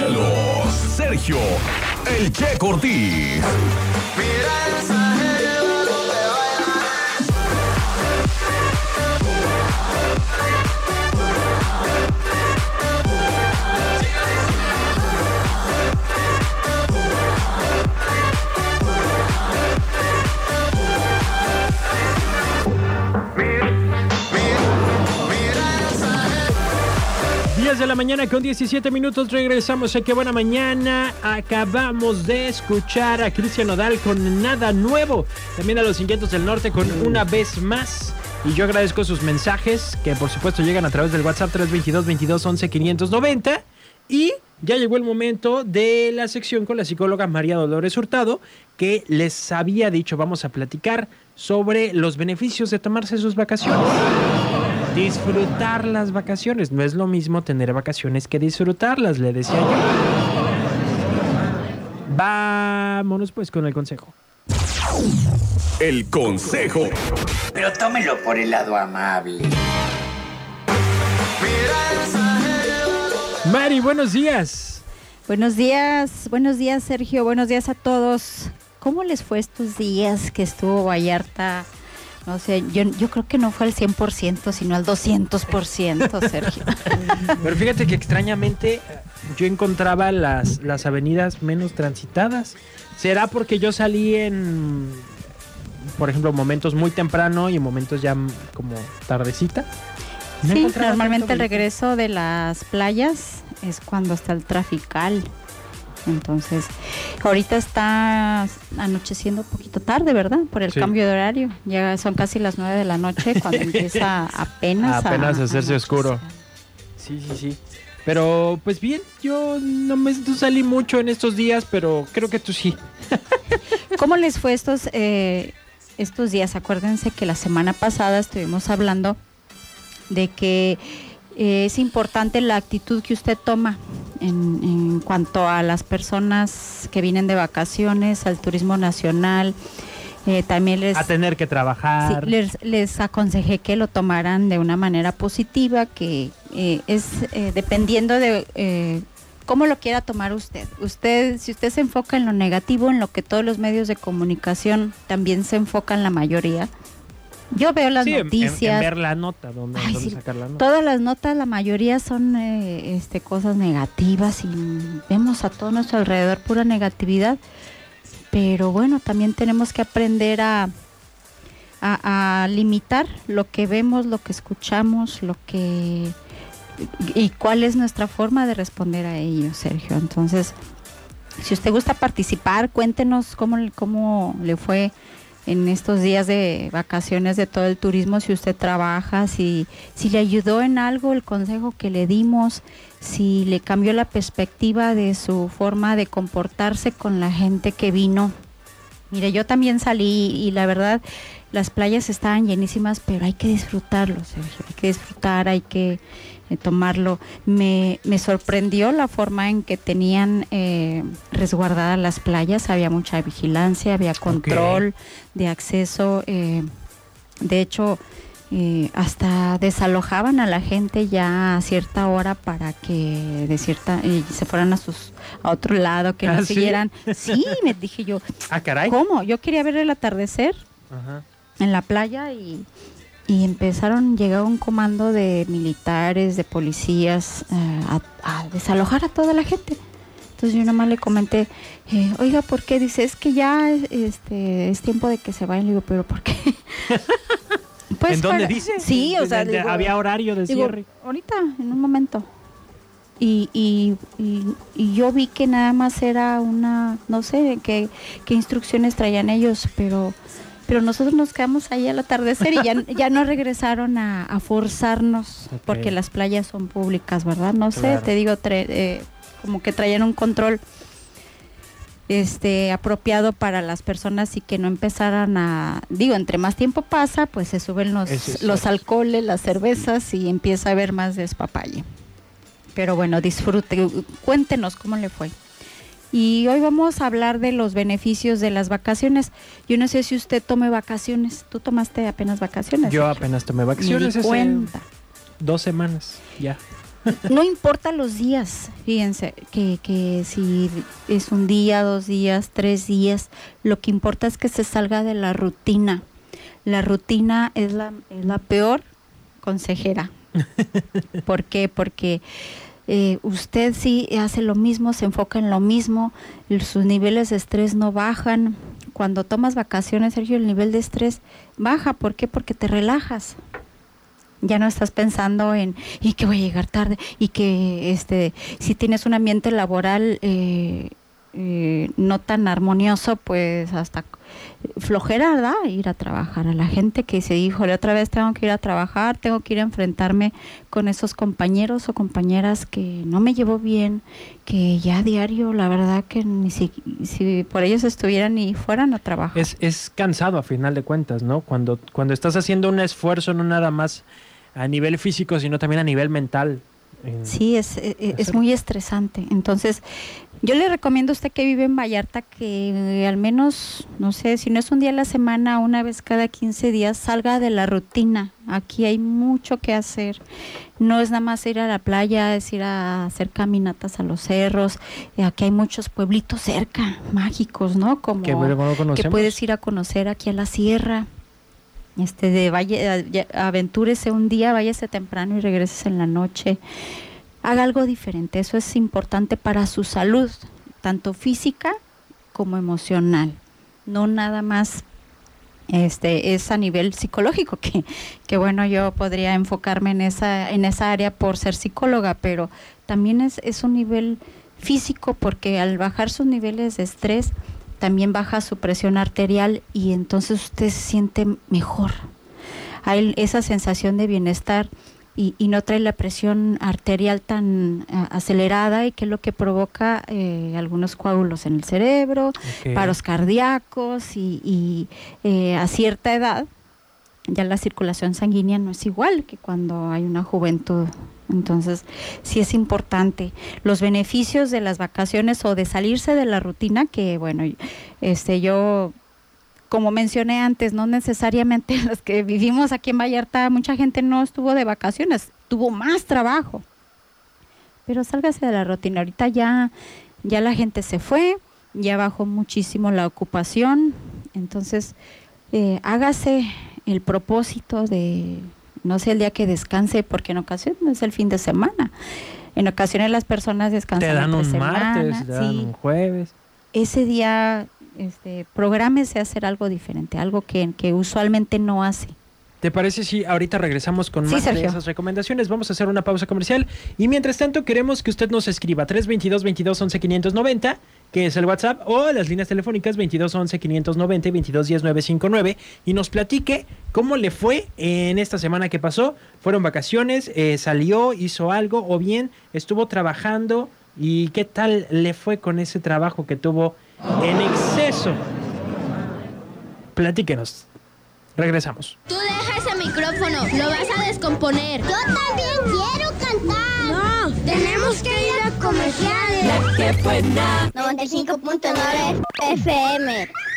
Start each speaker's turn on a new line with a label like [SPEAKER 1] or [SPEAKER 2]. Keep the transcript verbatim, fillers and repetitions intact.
[SPEAKER 1] Hielos, Sergio, el Che Ortiz.
[SPEAKER 2] diez de la mañana con diecisiete minutos, regresamos a Qué Buena Mañana. Acabamos de escuchar a Cristian Nodal con Nada Nuevo, también a Los Inquietos del Norte con Una Vez Más. Y yo agradezco sus mensajes, que por supuesto llegan a través del WhatsApp tres veintidós, veintidós, once, quinientos noventa. Y ya llegó el momento de la sección con la psicóloga María Dolores Hurtado, que les había dicho, vamos a platicar sobre los beneficios de tomarse sus vacaciones. Disfrutar las vacaciones. No es lo mismo tener vacaciones que disfrutarlas, le decía yo. Vámonos pues con el consejo.
[SPEAKER 1] El consejo.
[SPEAKER 3] Pero tómelo por el lado amable.
[SPEAKER 2] Mari, buenos días.
[SPEAKER 4] Buenos días, buenos días Sergio, buenos días a todos. ¿Cómo les fue estos días que estuvo Vallarta? No sé, yo, yo creo que no fue al cien por ciento, sino al doscientos por ciento, Sergio.
[SPEAKER 2] Pero fíjate que extrañamente yo encontraba las, las avenidas menos transitadas. ¿Será porque yo salí en, por ejemplo, momentos muy temprano y momentos ya como tardecita? No
[SPEAKER 4] Sí, normalmente el regreso de las playas es cuando está el trafical. Entonces, ahorita está anocheciendo un poquito tarde, ¿verdad? Por el sí. cambio de horario. Ya son casi las nueve de la noche cuando empieza apenas
[SPEAKER 2] a... Apenas a hacerse
[SPEAKER 4] a
[SPEAKER 2] oscuro. Sí, sí, sí. Pero, pues bien, yo no me no salí mucho en estos días, pero creo que tú sí.
[SPEAKER 4] ¿Cómo les fue estos, eh, estos días? Acuérdense que la semana pasada estuvimos hablando de que eh, es importante la actitud que usted toma en, en cuanto a las personas que vienen de vacaciones, al turismo nacional. Eh, también les
[SPEAKER 2] a tener que trabajar.
[SPEAKER 4] Sí, les, les aconsejé que lo tomaran de una manera positiva, que eh, es eh, dependiendo de eh, cómo lo quiera tomar usted. Usted, si usted se enfoca en lo negativo, en lo que todos los medios de comunicación también se enfocan la mayoría. Yo veo las
[SPEAKER 2] sí,
[SPEAKER 4] noticias.
[SPEAKER 2] En, en ver la nota, ¿dónde,
[SPEAKER 4] Ay,
[SPEAKER 2] dónde
[SPEAKER 4] sí,
[SPEAKER 2] sacar la nota?
[SPEAKER 4] Todas las notas, la mayoría son eh, este, cosas negativas y vemos a todo nuestro alrededor pura negatividad. Pero bueno, también tenemos que aprender a, a, a limitar lo que vemos, lo que escuchamos, lo que y cuál es nuestra forma de responder a ello, Sergio. Entonces, si usted gusta participar, cuéntenos cómo, cómo le fue en estos días de vacaciones de todo el turismo, si usted trabaja, si, si le ayudó en algo el consejo que le dimos, si le cambió la perspectiva de su forma de comportarse con la gente que vino. Mire, yo también salí y la verdad las playas estaban llenísimas, pero hay que disfrutarlo, Sergio, hay que disfrutar, hay que eh, tomarlo. Me, me sorprendió la forma en que tenían eh, resguardadas las playas, había mucha vigilancia, había control okay. de acceso, eh, de hecho eh, hasta desalojaban a la gente ya a cierta hora para que de cierta eh, se fueran a sus a otro lado, que ¿Ah, no siguieran. Sí? sí, me dije yo.
[SPEAKER 2] Ah, caray.
[SPEAKER 4] ¿Cómo? Yo quería ver el atardecer.
[SPEAKER 2] Ajá.
[SPEAKER 4] En la playa y, y empezaron, llegó un comando de militares, de policías eh, a, a desalojar a toda la gente. Entonces yo nomás le comenté, eh, oiga, ¿por qué? Dice, es que ya este, es tiempo de que se vayan. Le digo, ¿pero por qué?
[SPEAKER 2] Pues ¿en dónde dice?
[SPEAKER 4] Sí, o sea,
[SPEAKER 2] digo, había horario de
[SPEAKER 4] digo,
[SPEAKER 2] cierre.
[SPEAKER 4] Ahorita, en un momento. Y, y, y, y yo vi que nada más era una, no sé qué, qué instrucciones traían ellos, pero... Pero nosotros nos quedamos ahí al atardecer y ya, ya no regresaron a, a forzarnos, okay. porque las playas son públicas, ¿verdad? No sé, claro. te digo, tra- eh, como que traían un control este apropiado para las personas y que no empezaran a... Digo, entre más tiempo pasa, pues se suben los, los alcoholes, las cervezas y empieza a haber más despapalle. Pero bueno, disfrute, cuéntenos cómo le fue. Y hoy vamos a hablar de los beneficios de las vacaciones. Yo no sé si usted tome vacaciones. ¿Tú tomaste apenas vacaciones?
[SPEAKER 2] Yo apenas tomé vacaciones.
[SPEAKER 4] Me di cuenta.
[SPEAKER 2] Dos semanas, ya.
[SPEAKER 4] No importa los días, fíjense, que, que si es un día, dos días, tres días, lo que importa es que se salga de la rutina. La rutina es la, es la peor consejera. ¿Por qué? Porque eh, usted sí hace lo mismo, se enfoca en lo mismo, sus niveles de estrés no bajan. Cuando tomas vacaciones, Sergio, el nivel de estrés baja. ¿Por qué? Porque te relajas. Ya no estás pensando en y que voy a llegar tarde y que este si tienes un ambiente laboral eh, eh, no tan armonioso, pues hasta flojera da ir a trabajar. A la gente que se dijo, otra vez tengo que ir a trabajar, tengo que ir a enfrentarme con esos compañeros o compañeras que no me llevo bien, que ya a diario, la verdad que ni si, si por ellos estuvieran y fueran a trabajar.
[SPEAKER 2] Es, es cansado a final de cuentas, ¿no? Cuando, cuando estás haciendo un esfuerzo, no nada más a nivel físico, sino también a nivel mental.
[SPEAKER 4] Sí, es, es, es muy estresante. Entonces, yo le recomiendo a usted que vive en Vallarta que al menos, no sé, si no es un día a la semana, una vez cada quince días, salga de la rutina. Aquí hay mucho que hacer. No es nada más ir a la playa, es ir a hacer caminatas a los cerros. Aquí hay muchos pueblitos cerca, mágicos, ¿no? Como
[SPEAKER 2] que, bueno,
[SPEAKER 4] que puedes ir a conocer aquí a la sierra. Este de vaya, aventúrese un día, váyase temprano y regreses en la noche. Haga algo diferente, eso es importante para su salud, tanto física como emocional. No nada más este es a nivel psicológico, que, que bueno, yo podría enfocarme en esa, en esa área por ser psicóloga, pero también es, es un nivel físico, porque al bajar sus niveles de estrés, también baja su presión arterial y entonces usted se siente mejor. Hay esa sensación de bienestar y, y no trae la presión arterial tan uh, acelerada, y que es lo que provoca eh, algunos coágulos en el cerebro, okay, paros cardíacos y, y eh, a cierta edad ya la circulación sanguínea no es igual que cuando hay una juventud. Entonces, sí es importante. Los beneficios de las vacaciones o de salirse de la rutina, que bueno, este yo, como mencioné antes, no necesariamente los que vivimos aquí en Vallarta, mucha gente no estuvo de vacaciones, tuvo más trabajo. Pero sálgase de la rutina. Ahorita ya, ya la gente se fue, ya bajó muchísimo la ocupación. Entonces, eh, hágase el propósito de, no sé, el día que descanse, porque en ocasiones es el fin de semana. En ocasiones las personas descansan.
[SPEAKER 2] Te dan un
[SPEAKER 4] semana,
[SPEAKER 2] martes, te dan
[SPEAKER 4] sí.
[SPEAKER 2] un jueves.
[SPEAKER 4] Ese día, este, prográmese a hacer algo diferente, algo que, que usualmente no hace.
[SPEAKER 2] ¿Te parece si ahorita regresamos con
[SPEAKER 4] sí,
[SPEAKER 2] más
[SPEAKER 4] Sergio.
[SPEAKER 2] de esas recomendaciones? Vamos a hacer una pausa comercial y mientras tanto queremos que usted nos escriba tres veintidós, veintidós once, quinientos noventa, que es el WhatsApp, o las líneas telefónicas veintidós once, quinientos noventa y veintidós diez, novecientos cincuenta y nueve, y nos platique cómo le fue en esta semana que pasó. ¿Fueron vacaciones? Eh, ¿Salió? ¿Hizo algo? ¿O bien estuvo trabajando? ¿Y qué tal le fue con ese trabajo que tuvo en exceso? Platíquenos. Regresamos.
[SPEAKER 5] Tú deja ese micrófono, lo vas a descomponer.
[SPEAKER 6] Yo también quiero cantar.
[SPEAKER 5] No, tenemos que ir a comerciales.
[SPEAKER 6] noventa y cinco punto nueve F M.